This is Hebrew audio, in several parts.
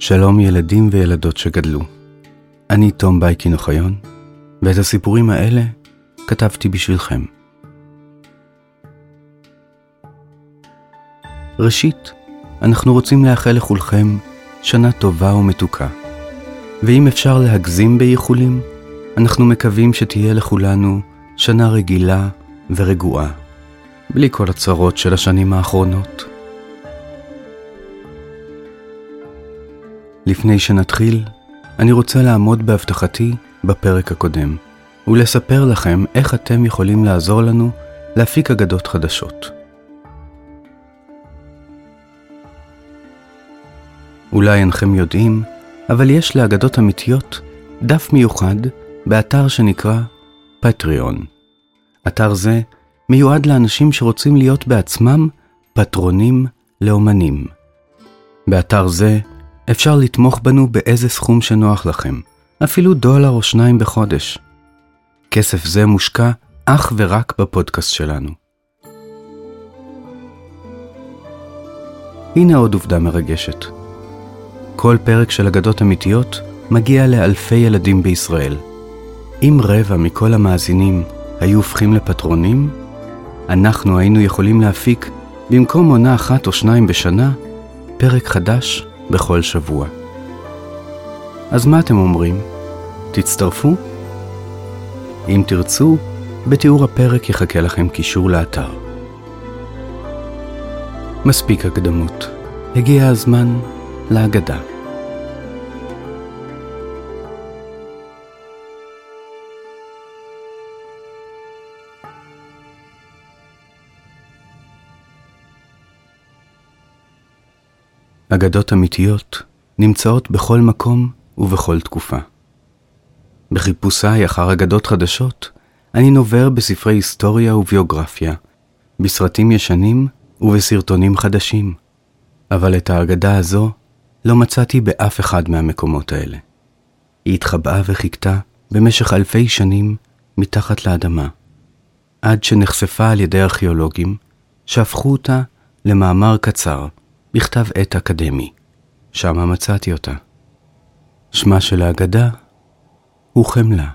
שלום ילדים וילדות שגדלו. אני תום בייקין אוחיון, ואת הסיפורים האלה כתבתי בשבילכם. ראשית, אנחנו רוצים לאחל לכולכם שנה טובה ומתוקה. ואם אפשר להגזים באיחולים, אנחנו מקווים שתהיה לכולנו שנה רגילה ורגועה, בלי כל הצרות של השנים האחרונות. לפני שנתחיל, אני רוצה לעמוד בהבטחתי בפרק הקודם, ולספר לכם איך אתם יכולים לעזור לנו להפיק אגדות חדשות. אולי אינכם יודעים, אבל יש לאגדות אמיתיות דף מיוחד באתר שנקרא פטריון. אתר זה מיועד לאנשים שרוצים להיות בעצמם פטרונים לאומנים. באתר זה אפשר לתמוך בנו באיזה סכום שנוח לכם, אפילו $1 או $2 בחודש. כסף זה מושקע אך ורק בפודקאסט שלנו. הנה עוד עובדה מרגשת. כל פרק של אגדות אמיתיות מגיע לאלפי ילדים בישראל. אם רבע מכל המאזינים היו הופכים לפטרונים, אנחנו היינו יכולים להפיק, במקום עונה 1 או 2 בשנה, פרק חדש בכל שבוע. אז מה אתם אומרים? תצטרפו? אם תרצו, בתיאור הפרק יחכה לכם קישור לאתר. מספיק הקדמות. הגיע הזמן לאגדה. אגדות אמיתיות נמצאות בכל מקום ובכל תקופה. בחיפושיי אחר אגדות חדשות, אני נובר בספרי היסטוריה וביוגרפיה, בסרטים ישנים ובסרטונים חדשים. אבל את האגדה הזו לא מצאתי באף אחד מהמקומות האלה. היא התחבאה וחיכתה במשך אלפי שנים מתחת לאדמה, עד שנחשפה על ידי ארכיאולוגים שהפכו אותה למאמר קצר בכתב עת אקדמי. שמה מצאתי אותה. שמה של האגדה הוא חמלה.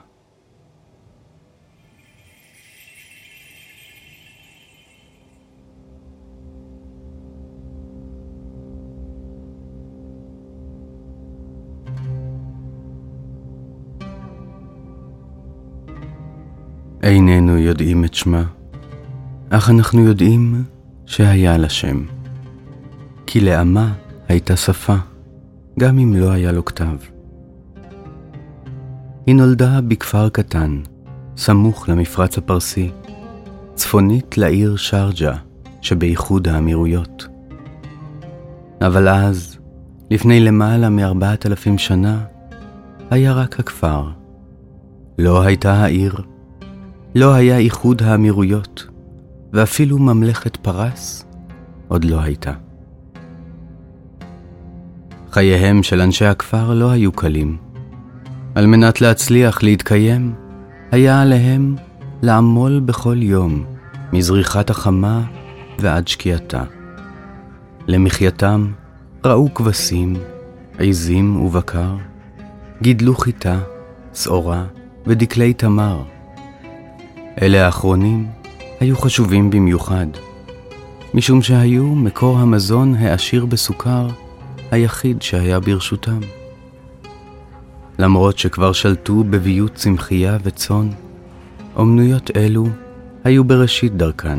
איננו יודעים את שמה, אך אנחנו יודעים שהיה לה שם. כי לעמה הייתה שפה, גם אם לא היה לו כתב. היא נולדה בכפר קטן, סמוך למפרץ הפרסי, צפונית לעיר שרג'ה שבאיחוד האמירויות. אבל אז, לפני למעלה מ4,000 שנה, היה רק הכפר. לא הייתה העיר, לא היה איחוד האמירויות, ואפילו ממלכת פרס עוד לא הייתה. חייהם של אנשי הכפר לא היו קלים. על מנת להצליח להתקיים, היה עליהם לעמול בכל יום, מזריחת החמה ועד שקיעתה. למחייתם ראו כבשים, עזים ובקר, גידלו חיטה, שעורה ודקלי תמר. אלה האחרונים היו חשובים במיוחד, משום שהיו מקור המזון העשיר בסוכר היחיד שהיה ברשותם. למרות שכבר שלטו בביות צמחייה וצאן, אומנויות אלו היו בראשית דרכן.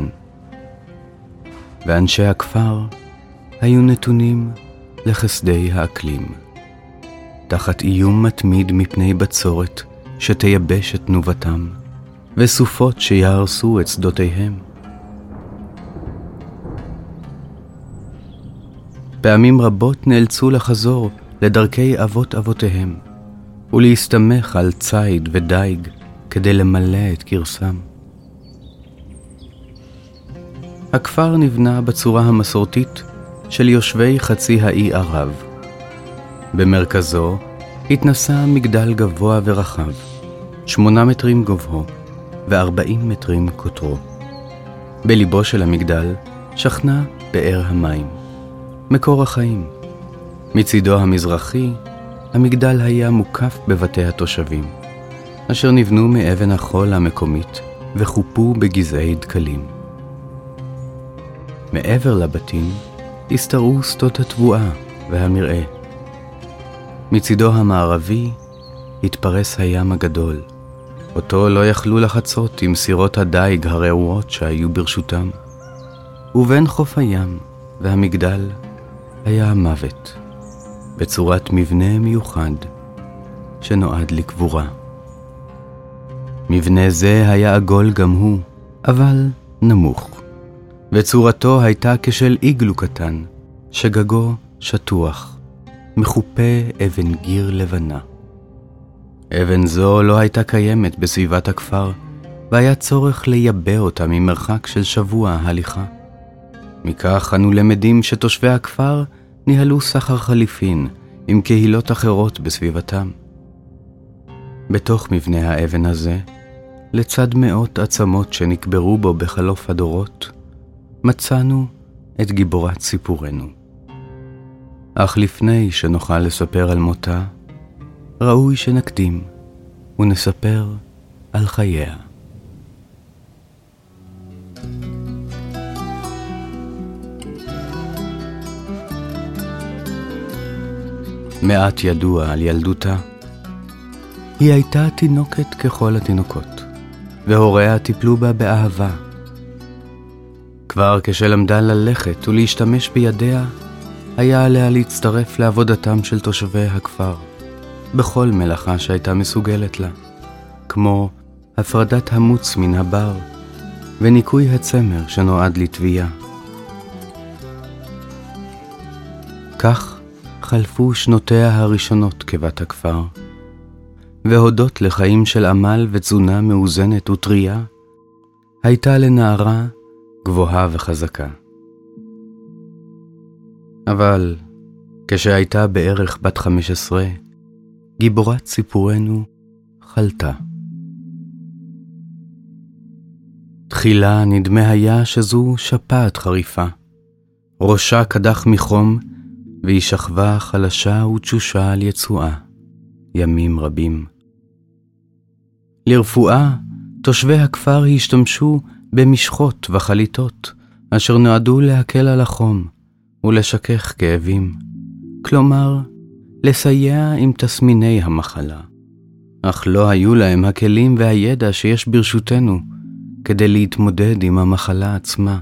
ואנשי הכפר היו נתונים לחסדי האקלים. תחת איום מתמיד מפני בצורת שתייבש את תנובתם, וסופות שיהרסו את שדותיהם. פעמים רבות נאלצו לחזור לדרכי אבות אבותיהם, ולהסתמך על ציד ודייג כדי למלא את קרסם. הכפר נבנה בצורה המסורתית של יושבי חצי האי ערב. במרכזו התנסה מגדל גבוה ורחב, 8 מטרים גובהו ו40 מטרים קוטרו. בליבו של המגדל שכנה באר המים, מקור החיים. מצידו המזרחי, המגדל היה מוקף בבתי התושבים, אשר נבנו מאבן החול המקומית וחופו בגזעי דקלים. מעבר לבתים הסתרעו שדות התבואה והמרעה. מצידו המערבי התפרס הים הגדול, אותו לא יכלו לחצות עם סירות הדייג הרעועות שהיו ברשותם. ובין חוף הים והמגדל היה המוות, בצורת מבנה מיוחד שנועד לקבורה. מבנה זה היה עגול גם הוא, אבל נמוך, וצורתו הייתה כשל איגלו קטן, שגגו שטוח, מחופה אבן גיר לבנה. אבן זו לא הייתה קיימת בסביבת הכפר, והיה צורך לייבא אותה ממרחק של שבוע הליכה. מכך אנו למדים שתושבי הכפר ניהלו סחר חליפין עם קהילות אחרות בסביבתם. בתוך מבנה האבן הזה, לצד מאות עצמות שנקברו בו בחלוף הדורות, מצאנו את גיבורת סיפורנו. אך לפני שנוכל לספר על מותה, ראוי שנקדים ונספר על חייה. מעט ידוע על ילדותה. היא הייתה תינוקת ככל התינוקות, והוריה טיפלו בה באהבה. כבר כשלמדה ללכת ולהשתמש בידיה, היה עליה להצטרף לעבודתם של תושבי הכפר, בכל מלאכה שהייתה מסוגלת לה, כמו הפרדת המוץ מן הבר וניקוי הצמר שנועד לטבייה. כך חלפו שנותיה הראשונות כבת הכפר, והודות לחיים של עמל ותזונה מאוזנת וטריה, הייתה לנערה גבוהה וחזקה. אבל כשהייתה בערך בת 15, גיבורת סיפורנו חלתה. תחילה נדמה היה שזו שפעת חריפה. ראשה קדח מחום, והיא שכבה חלשה ותשושה על יצואה, ימים רבים. לרפואה, תושבי הכפר השתמשו במשחות וחליטות, אשר נועדו להקל על החום ולשכך כאבים, כלומר, לסייע עם תסמיני המחלה. אך לא היו להם הכלים והידע שיש ברשותנו כדי להתמודד עם המחלה עצמה.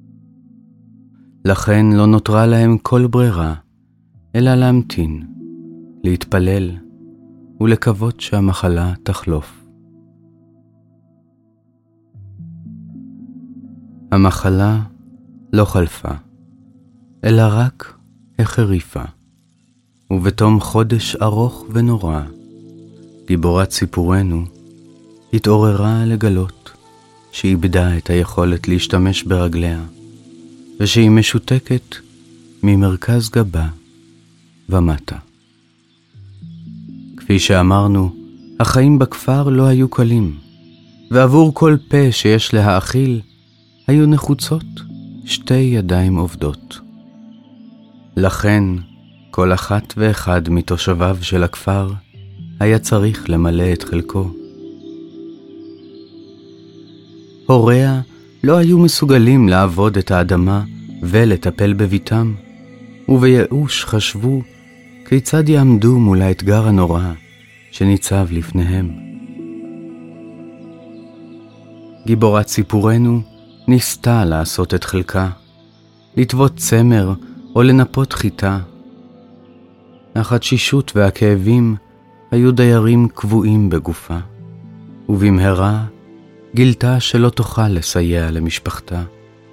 לכן לא נותרה להם כל ברירה, אלא להמתין, להתפלל ולקוות שהמחלה תחלוף. המחלה לא חלפה, אלא רק החריפה. ובתום חודש ארוך ונורא, גיבורת סיפורנו התעוררה לגלות שאיבדה את היכולת להשתמש ברגליה, ושהיא משותקת ממרכז גבה ומטה. כפי שאמרנו, החיים בכפר לא היו קלים, ועבור כל פה שיש להאכיל, היו נחוצות 2 ידיים עובדות. לכן, כל אחת ואחד מתושביו של הכפר היה צריך למלא את חלקו. הוריה לא היו מסוגלים לעבוד את האדמה ולטפל בביתם, ובייאוש חשבו כיצד יעמדו מול האתגר הנורא שניצב לפניהם. גיבורת סיפורנו ניסתה לעשות את חלקה, לטוות צמר או לנפות חיטה. אך התשישות והכאבים היו דיירים קבועים בגופה, ובמהרה גילתה שלא תוכל לסייע למשפחתה.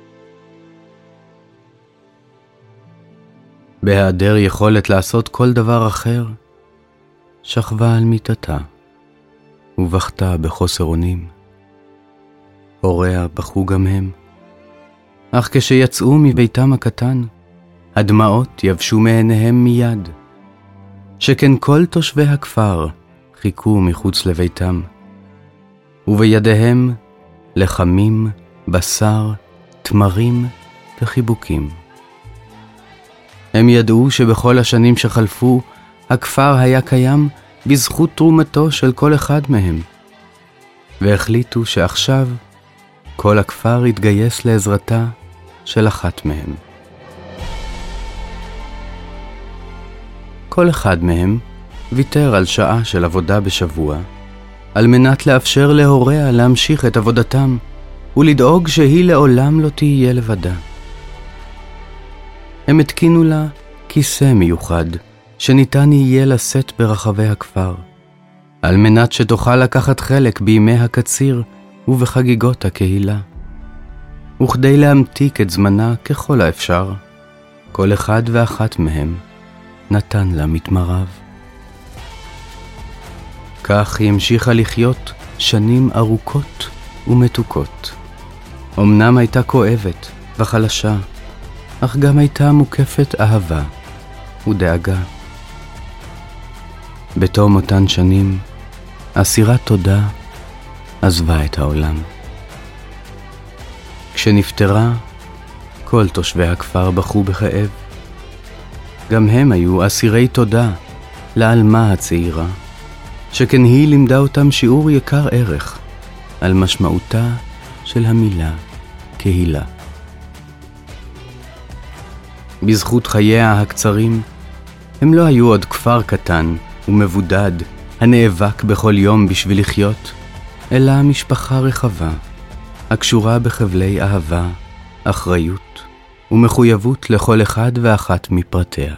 בהיעדר יכולת לעשות כל דבר אחר, שכבה על מיטתה ובכתה בחוסר אונים. הוריה בכו גם הם, אך כשיצאו מביתם הקטן, הדמעות יבשו מעיניהם מיד. שכן כל תושבי הכפר חיכו מחוץ לביתם, ובידיהם לחמים, בשר, תמרים וחיבוקים. הם ידעו שבכל השנים שחלפו, הכפר היה קיים בזכות תרומתו של כל אחד מהם. והחליטו שעכשיו כל הכפר יתגייס לעזרתה של אחת מהם. כל אחד מהם ויתר על שעה של עבודה בשבוע, על מנת לאפשר להוריה להמשיך את עבודתם, ולדאוג שהיא לעולם לא תהיה לבדה. הם התקינו לה כיסא מיוחד, שניתן יהיה לשאת ברחבי הכפר, על מנת שתוכל לקחת חלק בימי הקציר ובחגיגות הקהילה. וכדי להמתיק את זמנה ככל האפשר, כל אחד ואחת מהם נתן לה מתמריו. כך היא המשיכה לחיות שנים ארוכות ומתוקות. אמנם הייתה כואבת וחלשה, אך גם הייתה מוקפת אהבה ודאגה. בתום אותן שנים, אסירת תודה עזבה את העולם. כשנפטרה, כל תושבי הכפר בכו בכאב. גם הם היו אסירי תודה לאלמה הצעירה, שכן היא לימדה אותם שיעור יקר ערך על משמעותה של המילה קהילה. בזכות חייה הקצרים, הם לא היו עוד כפר קטן ומבודד הנאבק בכל יום בשביל לחיות, אלא משפחה רחבה, הקשורה בחבלי אהבה, אחריות ומחויבות לכל אחד ואחת מפרטיה.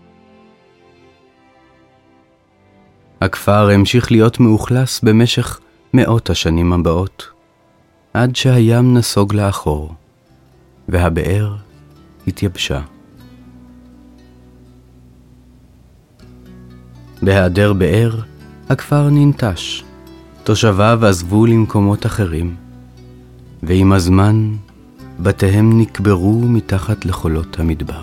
הכפר המשיך להיות מאוכלס במשך מאות השנים הבאות, עד שהים נסוג לאחור, והבאר התייבשה. בהיעדר באר, הכפר ננטש, תושביו עזבו למקומות אחרים, ועם הזמן בתיהם נקברו מתחת לחולות המדבר.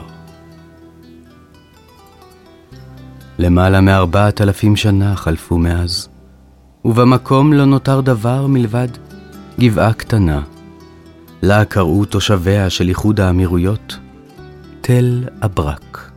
למעלה מ4,000 שנה חלפו מאז, ובמקום לא נותר דבר מלבד גבעה קטנה, לה קראו תושביה של איחוד האמירויות תל אברק.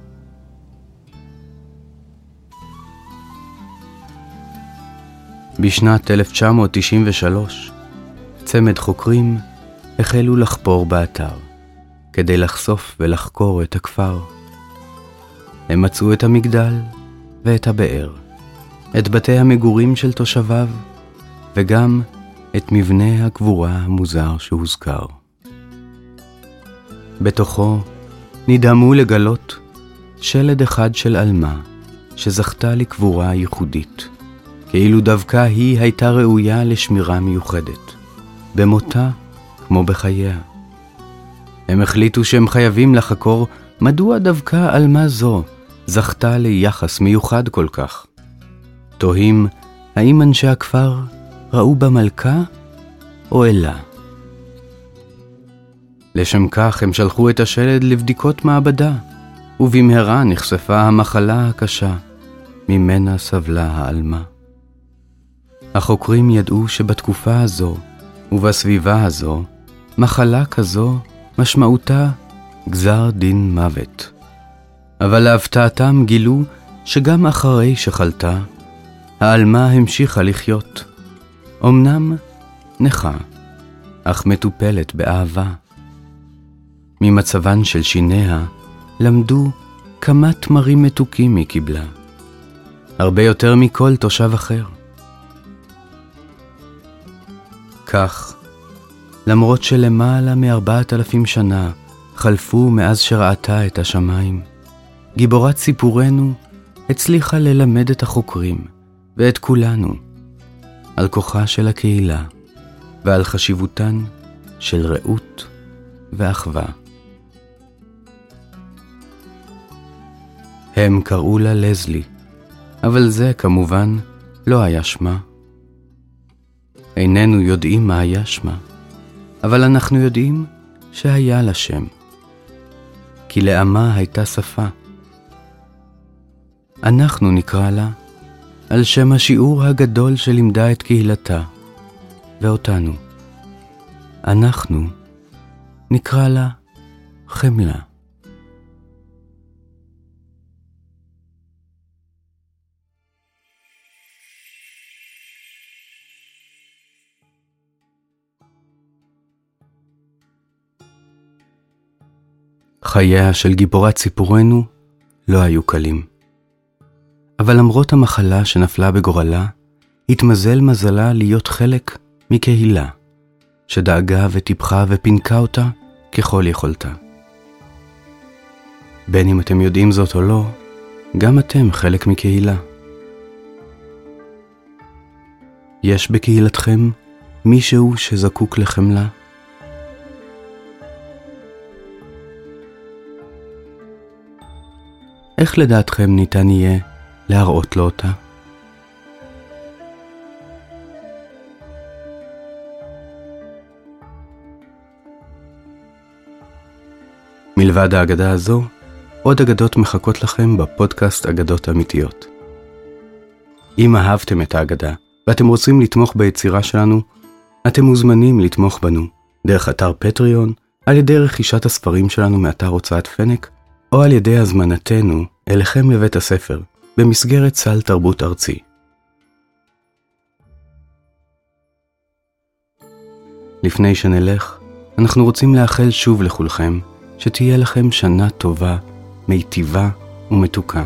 בשנת 1993, צמד חוקרים החלו לחפור באתר, כדי לחשוף ולחקור את הכפר. הם מצאו את המגדל ואת הבאר, את בתי המגורים של תושביו, וגם את מבנה הקבורה המוזר שהוזכר. בתוכו נדהמו לגלות שלד אחד של אלמה שזכתה לקבורה ייחודית, כאילו דווקא היא הייתה ראויה לשמירה מיוחדת, במותה כמו בחייה. הם החליטו שהם חייבים לחקור מדוע דווקא אלמה זו זכתה ליחס מיוחד כל כך. תוהים האם אנשי הכפר ראו בה מלכה או אלה. לשם כך הם שלחו את השלד לבדיקות מעבדה, ובמהרה נחשפה המחלה הקשה ממנה סבלה האלמה. החוקרים ידעו שבתקופה הזו ובסביבה הזו, מחלה כזו משמעותה גזר דין מוות. אבל להפתעתם גילו שגם אחרי שחלתה, האלמה המשיכה לחיות. אמנם נכה, אך מטופלת באהבה. ממצבן של שיניה למדו כמה תמרים מתוקים היא קיבלה, הרבה יותר מכל תושב אחר. כך, למרות שלמעלה מ4,000 שנה חלפו מאז שראתה את השמיים, גיבורת סיפורנו הצליחה ללמד את החוקרים ואת כולנו על כוחה של הקהילה ועל חשיבותן של רעות ואחווה. הם קראו לה לזלי, אבל זה כמובן לא היה שמה. איננו יודעים מה היה שמה, אבל אנחנו יודעים שהיה לה שם, כי לעמה הייתה שפה. אנחנו נקרא לה על שם השיעור הגדול שלימדה את קהילתה ואותנו. אנחנו נקרא לה חמלה. חייה של גיבורת סיפורנו לא היו קלים. אבל למרות המחלה שנפלה בגורלה, התמזל מזלה להיות חלק מקהילה, שדאגה וטיפחה ופינקה אותה ככל יכולתה. בין אם אתם יודעים זאת או לא, גם אתם חלק מקהילה. יש בקהילתכם מישהו שזקוק לחמלה? איך לדעתכם ניתן יהיה להראות לו אותה? מלבד האגדה הזו, עוד אגדות מחכות לכם בפודקאסט אגדות אמיתיות. אם אהבתם את האגדה ואתם רוצים לתמוך ביצירה שלנו, אתם מוזמנים לתמוך בנו דרך אתר פטריון, על ידי רכישת הספרים שלנו מאתר הוצאת פנק, או על ידי הזמנתנו אליכם לבית הספר במסגרת סל תרבות ארצי. לפני שנלך, אנחנו רוצים לאחל שוב לכולכם שתהיה לכם שנה טובה, מיטיבה ומתוקה.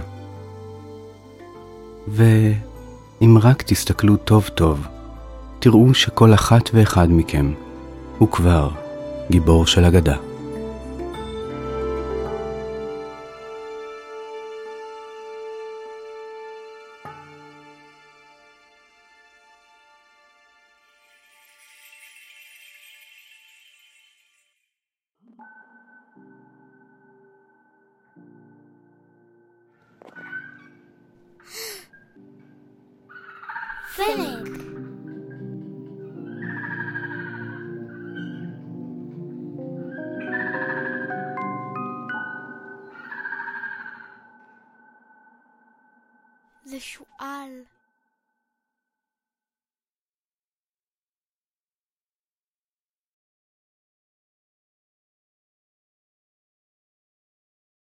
ואם רק תסתכלו טוב טוב, תראו שכל אחת ואחד מכם הוא כבר גיבור של אגדה. Philip! זה שואל.